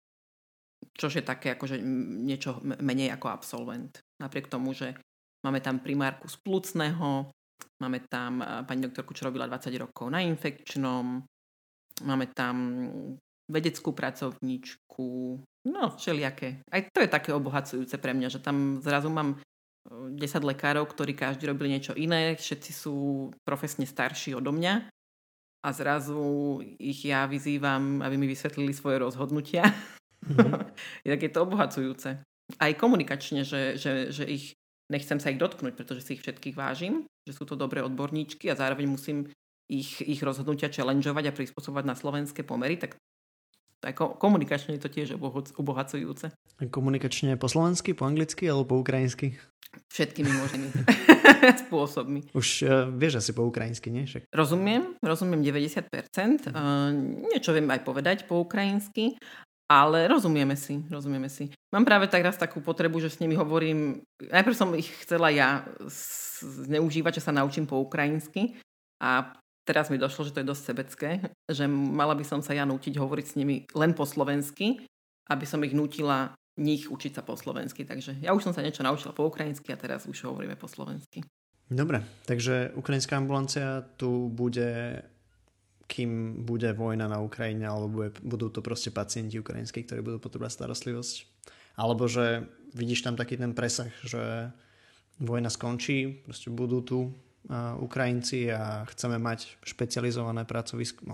Čož je také akože niečo menej ako absolvent. Napriek tomu, že máme tam primárku z plúcneho, máme tam pani doktorku, čo robila 20 rokov na infekčnom, máme tam vedeckú pracovníčku, no všelijaké. Aj to je také obohacujúce pre mňa, že tam zrazu mám 10 lekárov, ktorí každý robili niečo iné, všetci sú profesne starší odo mňa a zrazu ich ja vyzývam, aby mi vysvetlili svoje rozhodnutia. Tak je to obohacujúce. Aj komunikačne, že ich nechcem sa ich dotknúť, pretože si ich všetkých vážim, že sú to dobré odborníčky a zároveň musím ich rozhodnutia challengeovať a prispôsobovať na slovenské pomery, tak aj komunikačne je to tiež obohacujúce. Komunikačne po slovensky, po anglicky alebo po ukrajinsky? Všetkými možnými spôsobmi. Už vieš asi po ukrajinsky, nie? Však. Rozumiem 90%. Niečo viem aj povedať po ukrajinsky, ale rozumieme si. Mám práve tak raz takú potrebu, že s nimi hovorím, najprv som ich chcela ja zneužívať, že sa naučím po ukrajinsky a teraz mi došlo, že to je dosť sebecké, že mala by som sa ja nútiť hovoriť s nimi len po slovensky, aby som ich nútila nich učiť sa po slovensky. Takže ja už som sa niečo naučila po ukrajinsky a teraz už hovoríme po slovensky. Dobre, takže ukrajinská ambulancia tu bude, kým bude vojna na Ukrajine, alebo budú to proste pacienti ukrajinskí, ktorí budú potrebovať starostlivosť. Alebo že vidíš tam taký ten presah, že vojna skončí, proste budú tu Ukrajinci a chceme mať špecializované pracovisko,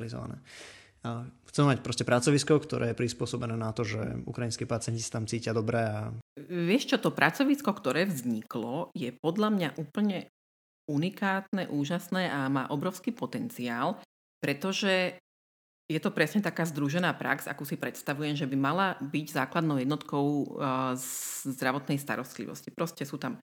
chceme mať proste pracovisko, ktoré je prispôsobené na to, že ukrajinskí pacienti sa tam cítia dobre. Vieš čo, to pracovisko, ktoré vzniklo, je podľa mňa úplne unikátne, úžasné a má obrovský potenciál, pretože je to presne taká združená prax, akú si predstavujem, že by mala byť základnou jednotkou zdravotnej starostlivosti. Proste sú tam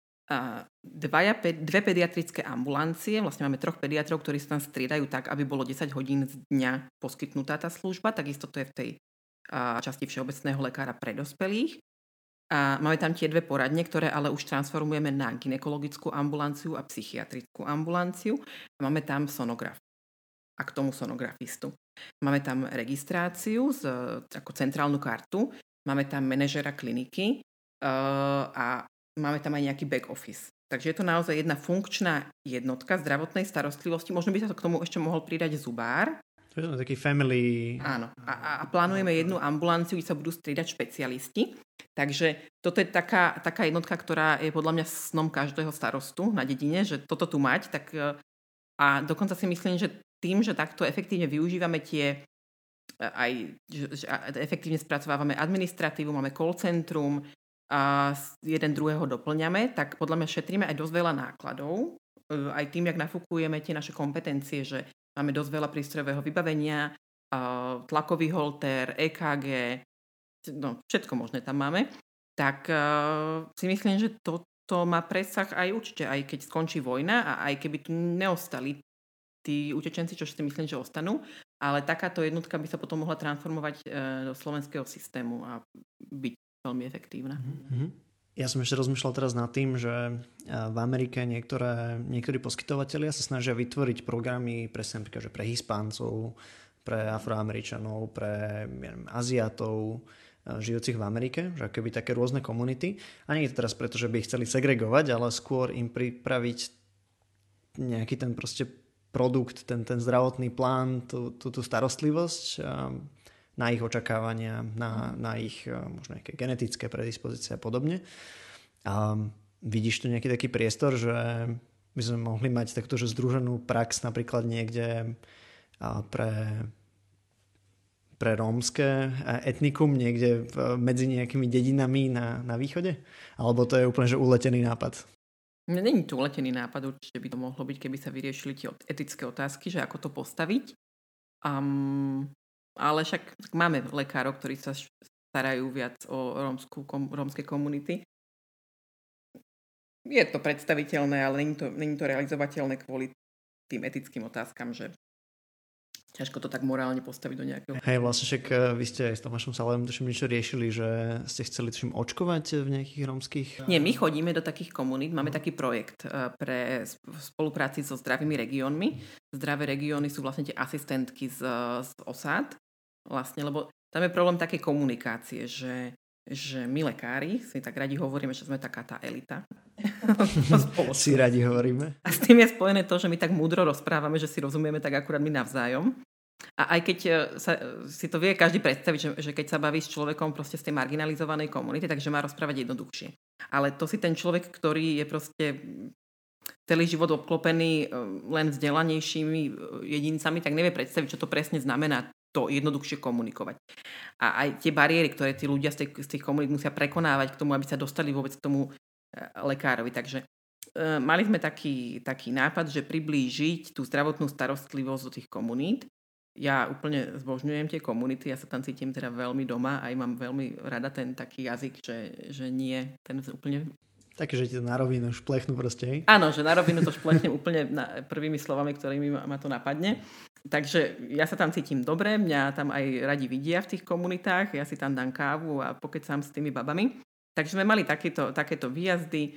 dve pediatrické ambulancie, vlastne máme 3 pediatrov, ktorí sa tam striedajú tak, aby bolo 10 hodín z dňa poskytnutá tá služba, takisto to je v tej časti všeobecného lekára pre dospelých. A máme tam tie 2 poradne, ktoré ale už transformujeme na gynekologickú ambulanciu a psychiatrickú ambulanciu. A máme tam sonograf a k tomu sonografistu. Máme tam registráciu ako centrálnu kartu, máme tam manažera kliniky a máme tam aj nejaký back office. Takže je to naozaj jedna funkčná jednotka zdravotnej starostlivosti. Možno by sa to k tomu ešte mohol pridať zubár. To je taký family. Áno. A plánujeme jednu ambulanciu, kde sa budú striedať špecialisti. Takže toto je taká jednotka, ktorá je podľa mňa snom každého starostu na dedine, že toto tu mať. Tak, a dokonca si myslím, že tým, že takto efektívne využívame efektívne spracovávame administratívu, máme call centrum, a jeden druhého doplňame, tak podľa mňa šetríme aj dosť veľa nákladov. Aj tým, jak nafúkujeme tie naše kompetencie, že máme dosť veľa prístrojového vybavenia, tlakový holter, EKG, no všetko možné tam máme. Tak si myslím, že toto má presah aj určite, aj keď skončí vojna a aj keby tu neostali tí utečenci, čo si myslím, že ostanú, ale takáto jednotka by sa potom mohla transformovať do slovenského systému a byť veľmi efektívna. Ja som ešte rozmýšľal teraz nad tým, že v Amerike niektorí poskytovatelia sa snažia vytvoriť programy presne napríklad, že pre Hispáncov, pre Afroameričanov, pre Aziatov, žijúcich v Amerike, že keby také rôzne komunity. A nie je to teraz preto, že by ich chceli segregovať, ale skôr im pripraviť nejaký ten proste produkt, ten zdravotný plán, tú starostlivosť na ich očakávania, na ich možno nejaké genetické predispozície a podobne. A vidíš tu nejaký taký priestor, že by sme mohli mať takto, že združenú prax napríklad niekde pre rómske etnikum niekde medzi nejakými dedinami na východe? Alebo to je úplne že uletený nápad? Není to uletený nápad, určite by to mohlo byť, keby sa vyriešili tie etické otázky, že ako to postaviť. Ale však máme lekárov, ktorí sa starajú viac o rómske komunity. Je to predstaviteľné, ale není to realizovateľné kvôli tým etickým otázkam, že ťažko to tak morálne postaviť do nejakého... Hej, vlastne však vy ste aj s Tomášom Salajom tuším niečo riešili, že ste chceli tuším očkovať v nejakých rómskych... Nie, my chodíme do takých komunít, máme taký projekt pre spolupráci so zdravými regiónmi. Zdravé regióny sú vlastne tie asistentky z osád, vlastne, lebo tam je problém takej komunikácie, že my lekári si tak radi hovoríme, že sme taká tá elita. Si radi hovoríme. A s tým je spojené to, že my tak múdro rozprávame, že si rozumieme tak akurát my navzájom. A aj keď si to vie každý predstaviť, že keď sa baví s človekom proste z tej marginalizovanej komunity, takže má rozprávať jednoduchšie. Ale to si ten človek, ktorý je proste celý život obklopený len vzdelanejšími jedincami, tak nevie predstaviť, čo to presne znamená to jednoduchšie komunikovať. A aj tie bariéry, ktoré tí ľudia z tých komunít musia prekonávať k tomu, aby sa dostali vôbec k tomu lekárovi. Takže mali sme taký nápad, že priblížiť tú zdravotnú starostlivosť do tých komunít. Ja úplne zbožňujem tie komunity, ja sa tam cítim teda veľmi doma, aj mám veľmi rada ten taký jazyk, že nie, ten úplne... Takže, že ti to na rovinu šplechnú proste. Áno, že na rovinu to šplechnem úplne prvými slovami, ktorými ma to napadne. Takže ja sa tam cítim dobre, mňa tam aj radi vidia v tých komunitách, ja si tam dám kávu a pokecám s tými babami. Takže sme mali takéto výjazdy.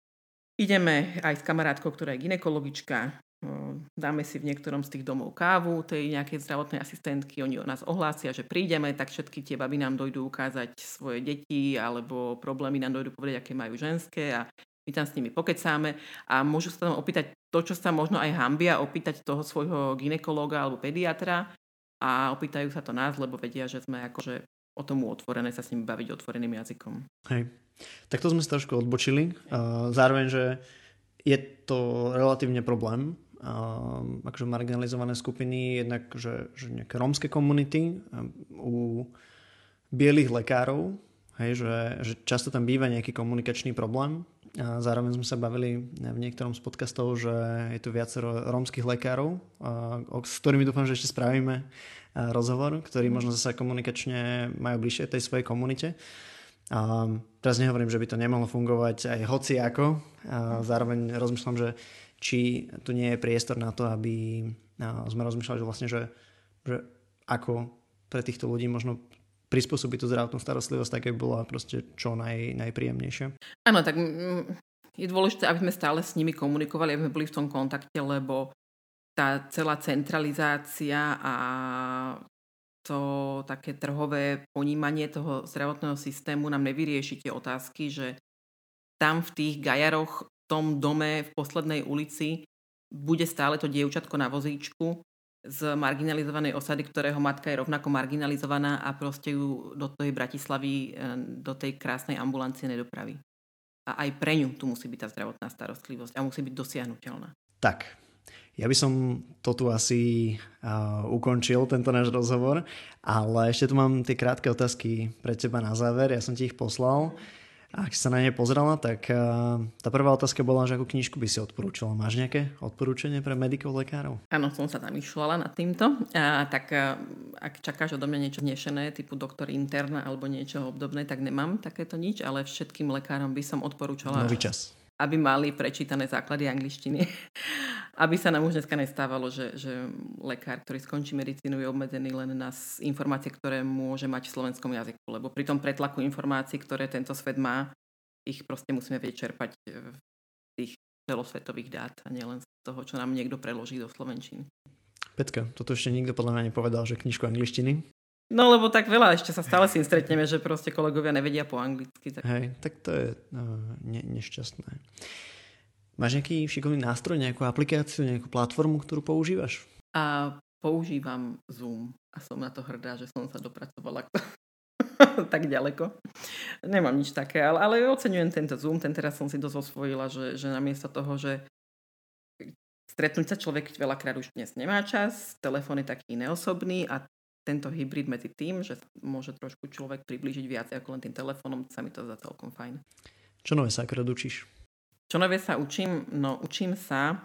Ideme aj s kamarátkou, ktorá je gynekologička, dáme si v niektorom z tých domov kávu, tej nejakej zdravotnej asistentky, oni o nás ohlásia, že prídeme, tak všetky tie baby nám dojdú ukázať svoje deti alebo problémy nám dojdú povedať, aké majú ženské a my tam s nimi pokecáme a môžu sa tam opýtať to, čo sa možno aj hanbia, opýtať toho svojho gynekológa alebo pediatra a opýtajú sa to nás, lebo vedia, že sme akože o tomu otvorené sa s nimi baviť otvoreným jazykom. Hej. Tak to sme sa trošku odbočili. Zároveň, že je to relatívne problém, akože marginalizované skupiny, jednak, že nejaké rómske komunity u bielých lekárov, hej, že často tam býva nejaký komunikačný problém. A zároveň sme sa bavili v niektorom z podcastov, že je tu viacero rómskych lekárov, s ktorými dúfam, že ešte spravíme rozhovor, ktorí možno zase komunikačne majú bližšie tej svojej komunite. A teraz nehovorím, že by to nemohlo fungovať aj hociako. Zároveň rozmýšľam, že či tu nie je priestor na to, aby sme rozmýšľali, že vlastne, že ako pre týchto ľudí možno prispôsobiť tú zdravotnú starostlivosť, tak aby bola proste čo najpríjemnejšia. Áno, tak je dôležité, aby sme stále s nimi komunikovali, aby sme boli v tom kontakte, lebo tá celá centralizácia a to také trhové ponímanie toho zdravotného systému nám nevyrieši tie otázky, že tam v tých gajaroch v tom dome v poslednej ulici bude stále to dievčatko na vozíčku z marginalizovanej osady, ktorého matka je rovnako marginalizovaná a proste ju do tej Bratislavy, do tej krásnej ambulancie nedopraví. A aj pre ňu tu musí byť tá zdravotná starostlivosť a musí byť dosiahnuteľná. Tak, ja by som to tu asi ukončil, tento náš rozhovor, ale ešte tu mám tie krátke otázky pre teba na záver, ja som ti ich poslal. A ak si sa na ne pozrela, tak tá prvá otázka bola, že akú knižku by si odporúčala. Máš nejaké odporúčanie pre medikov, lekárov? Áno, som sa zamýšľala nad týmto. Tak ak čakáš odo mňa niečo vznešené, typu doktor intern alebo niečo obdobné, tak nemám takéto nič, ale všetkým lekárom by som odporúčala, Nový čas, aby mali prečítané základy angličtiny. Aby sa nám už dneska nestávalo, že lekár, ktorý skončí medicínu, je obmedzený len na informácie, ktoré môže mať v slovenskom jazyku. Lebo pri tom pretlaku informácií, ktoré tento svet má, ich proste musíme vedieť čerpať v tých celosvetových dát a nielen z toho, čo nám niekto preloží do slovenčiny. Petka, toto ešte nikto podľa mňa nepovedal, že knižku angličtiny. No lebo tak veľa, ešte sa stále s tým stretneme, že proste kolegovia nevedia po anglicky. Tak... Hej, tak to je nešťastné. Máš nejaký šikovný nástroj, nejakú aplikáciu, nejakú platformu, ktorú používaš? A používam Zoom a som na to hrdá, že som sa dopracovala tak ďaleko. Nemám nič také, ale oceňujem tento Zoom. Teraz som si dosť osvojila, že namiesto toho, že stretnúť sa človek veľakrát už dnes nemá čas, telefón je taký neosobný a tento hybrid medzi tým, že môže trošku človek priblížiť viac ako len tým telefónom, sa mi to zdá celkom fajn. Čo nové sa akorát učíš? Čo nové sa učím? No, učím sa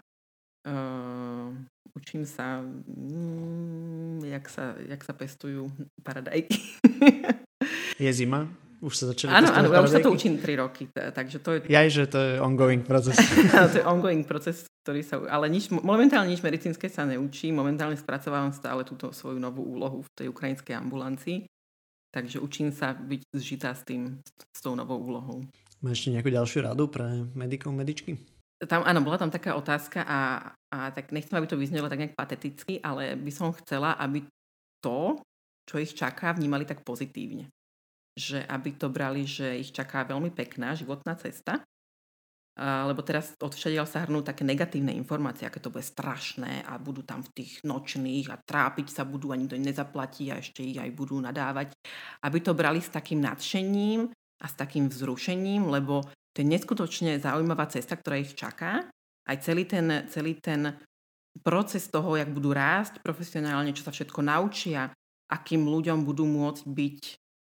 jak sa pestujú paradajky. Je zima? Už sa začali áno, pestovať ja už sa to paradajky? učím 3 roky, takže to je... Že to je ongoing proces. To je ongoing proces, ktorý sa... Ale momentálne nič medicínske sa neučí, momentálne spracovávam stále túto svoju novú úlohu v tej ukrajinskej ambulancii, takže učím sa byť zžitá s tou novou úlohou. Máš ešte nejakú ďalšiu radu pre medikov, medičky? Áno, bola tam taká otázka a tak nechcem, aby to vyznelo tak nejak pateticky, ale by som chcela, aby to, čo ich čaká, vnímali tak pozitívne. Že aby to brali, že ich čaká veľmi pekná životná cesta, lebo teraz odvšadiaľ sa hrnú také negatívne informácie, aké to bude strašné a budú tam v tých nočných a trápiť sa budú a nikto nezaplatí a ešte ich aj budú nadávať. Aby to brali s takým nadšením a s takým vzrušením, lebo to je neskutočne zaujímavá cesta, ktorá ich čaká. Aj celý ten proces toho, jak budú rásť profesionálne, čo sa všetko naučia, akým ľuďom budú môcť byť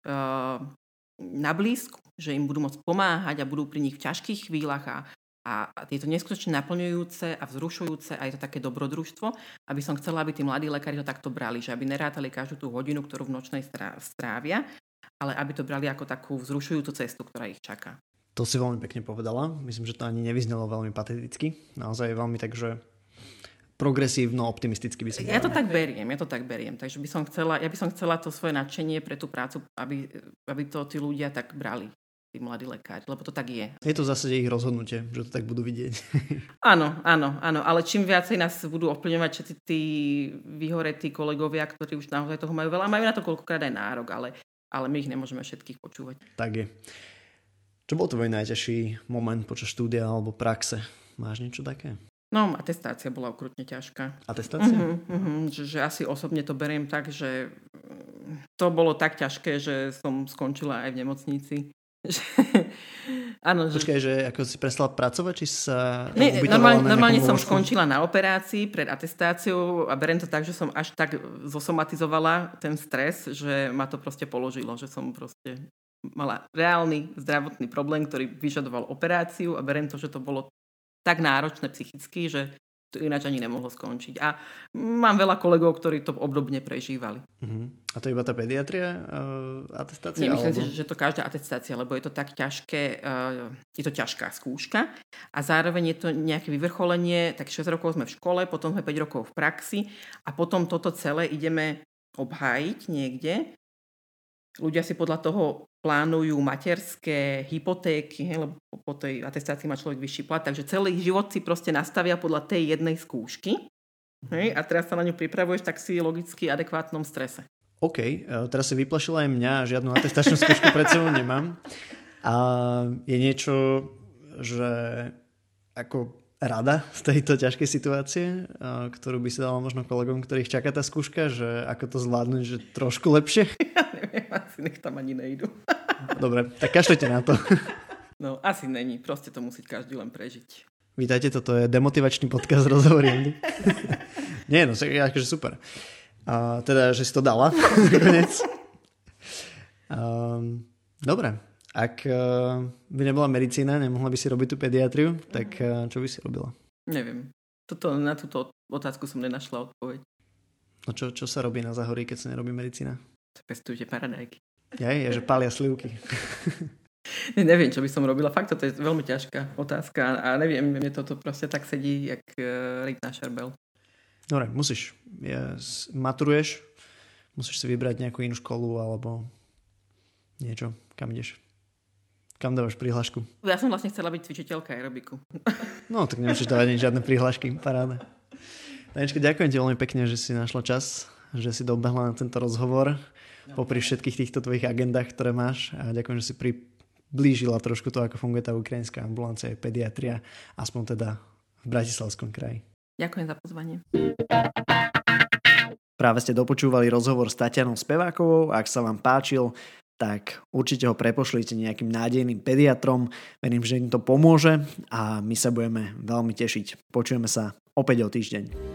na blízku, že im budú môcť pomáhať a budú pri nich v ťažkých chvíľach a je to neskutočne naplňujúce a vzrušujúce a je to také dobrodružstvo, aby som chcela, aby tí mladí lekári to takto brali, že aby nerátali každú tú hodinu, ktorú v nočnej strávia, ale aby to brali ako takú vzrušujúcu cestu, ktorá ich čaká. To si veľmi pekne povedala. Myslím, že to ani nevyznelo veľmi pateticky. Naozaj je veľmi tak, že progresívno, optimisticky by som povedal. Ja to tak beriem. Takže ja by som chcela to svoje nadšenie pre tú prácu, aby to tí ľudia tak brali, tí mladí lekári, lebo to tak je. Je to v zásade ich rozhodnutie, že to tak budú vidieť. Áno, ale čím viacej nás budú ovplyvňovať všetci tí vyhoretí kolegovia, ktorí už naozaj toho majú veľa, majú na to koľkokrát aj nárok, ale my ich nemôžeme všetkých počúvať. Tak je. Čo bol tvoj najťažší moment počas štúdia alebo praxe? Máš niečo také? No, atestácia bola ukrutne ťažká. Atestácia? Že asi osobne to beriem tak, že to bolo tak ťažké, že som skončila aj v nemocnici. Áno, Počkaj, že ako si prestala pracovať, či sa ubytovala na normálne som lôžku? skončila na operácii pred atestáciou a beriem to tak, že som až tak zosomatizovala ten stres, že ma to proste položilo, že som proste mala reálny zdravotný problém, ktorý vyžadoval operáciu a beriem to, že to bolo tak náročné psychicky, že to ináč ani nemohlo skončiť. A mám veľa kolegov, ktorí to obdobne prežívali. A to iba tá pediatria atestácia? Myslím si, že to každá atestácia, lebo je to tak ťažké, je to ťažká skúška a zároveň je to nejaké vyvrcholenie, tak 6 rokov sme v škole, potom sme 5 rokov v praxi a potom toto celé ideme obhájiť niekde. Ľudia si podľa toho plánujú materské hypotéky, lebo po tej atestácii má človek vyšší plat, takže celý život si proste nastavia podľa tej jednej skúšky. A teraz sa na ňu pripravuješ, tak si logicky adekvátnom strese. OK, teraz si vyplašila aj mňa, žiadnu atestačnú skúšku pred sebou nemám. A je niečo, že ako rada z tejto ťažkej situácie, ktorú by si dala možno kolegom, ktorých čaká tá skúška, že ako to zvládnuť, že trošku lepšie? Ja neviem, asi nech tam ani nejdu. Dobre, tak kašlite na to. No, asi není, proste to musí každý len prežiť. Vítajte, toto je demotivačný podcast Rozhovory. Nie, no, akože super. Teda, že si to dala nakoniec. Dobre. Ak by nebola medicína, nemohla by si robiť tú pediatriu, tak čo by si robila? Neviem. Na túto otázku som nenašla odpoveď. No čo sa robí na Zahorí, keď sa nerobí medicína? Pestujte paradajky. Je, že pália slivky. Neviem, čo by som robila. Fakt, toto je veľmi ťažká otázka a neviem, mne toto proste tak sedí, jak ryb na šerbel. Dobre, maturuješ, musíš si vybrať nejakú inú školu alebo niečo, kam ideš. Kam dávaš prihlášku? Ja som vlastne chcela byť cvičiteľka aerobiku. No, tak nemusíš dávať žiadne prihlášky, paráda. Tanička, ďakujem ti veľmi pekne, že si našla čas, že si dobehla na tento rozhovor popri všetkých týchto tvojich agendách, ktoré máš, a ďakujem, že si priblížila trošku to, ako funguje tá ukrajinská ambulancia a pediatria, aspoň teda v Bratislavskom kraji. Ďakujem za pozvanie. Práve ste dopočúvali rozhovor s Tatianou Spevákovou. Ak sa vám páčil, tak určite ho prepošlite nejakým nádejným pediatrom. Verím, že im to pomôže a my sa budeme veľmi tešiť. Počujeme sa opäť o týždeň.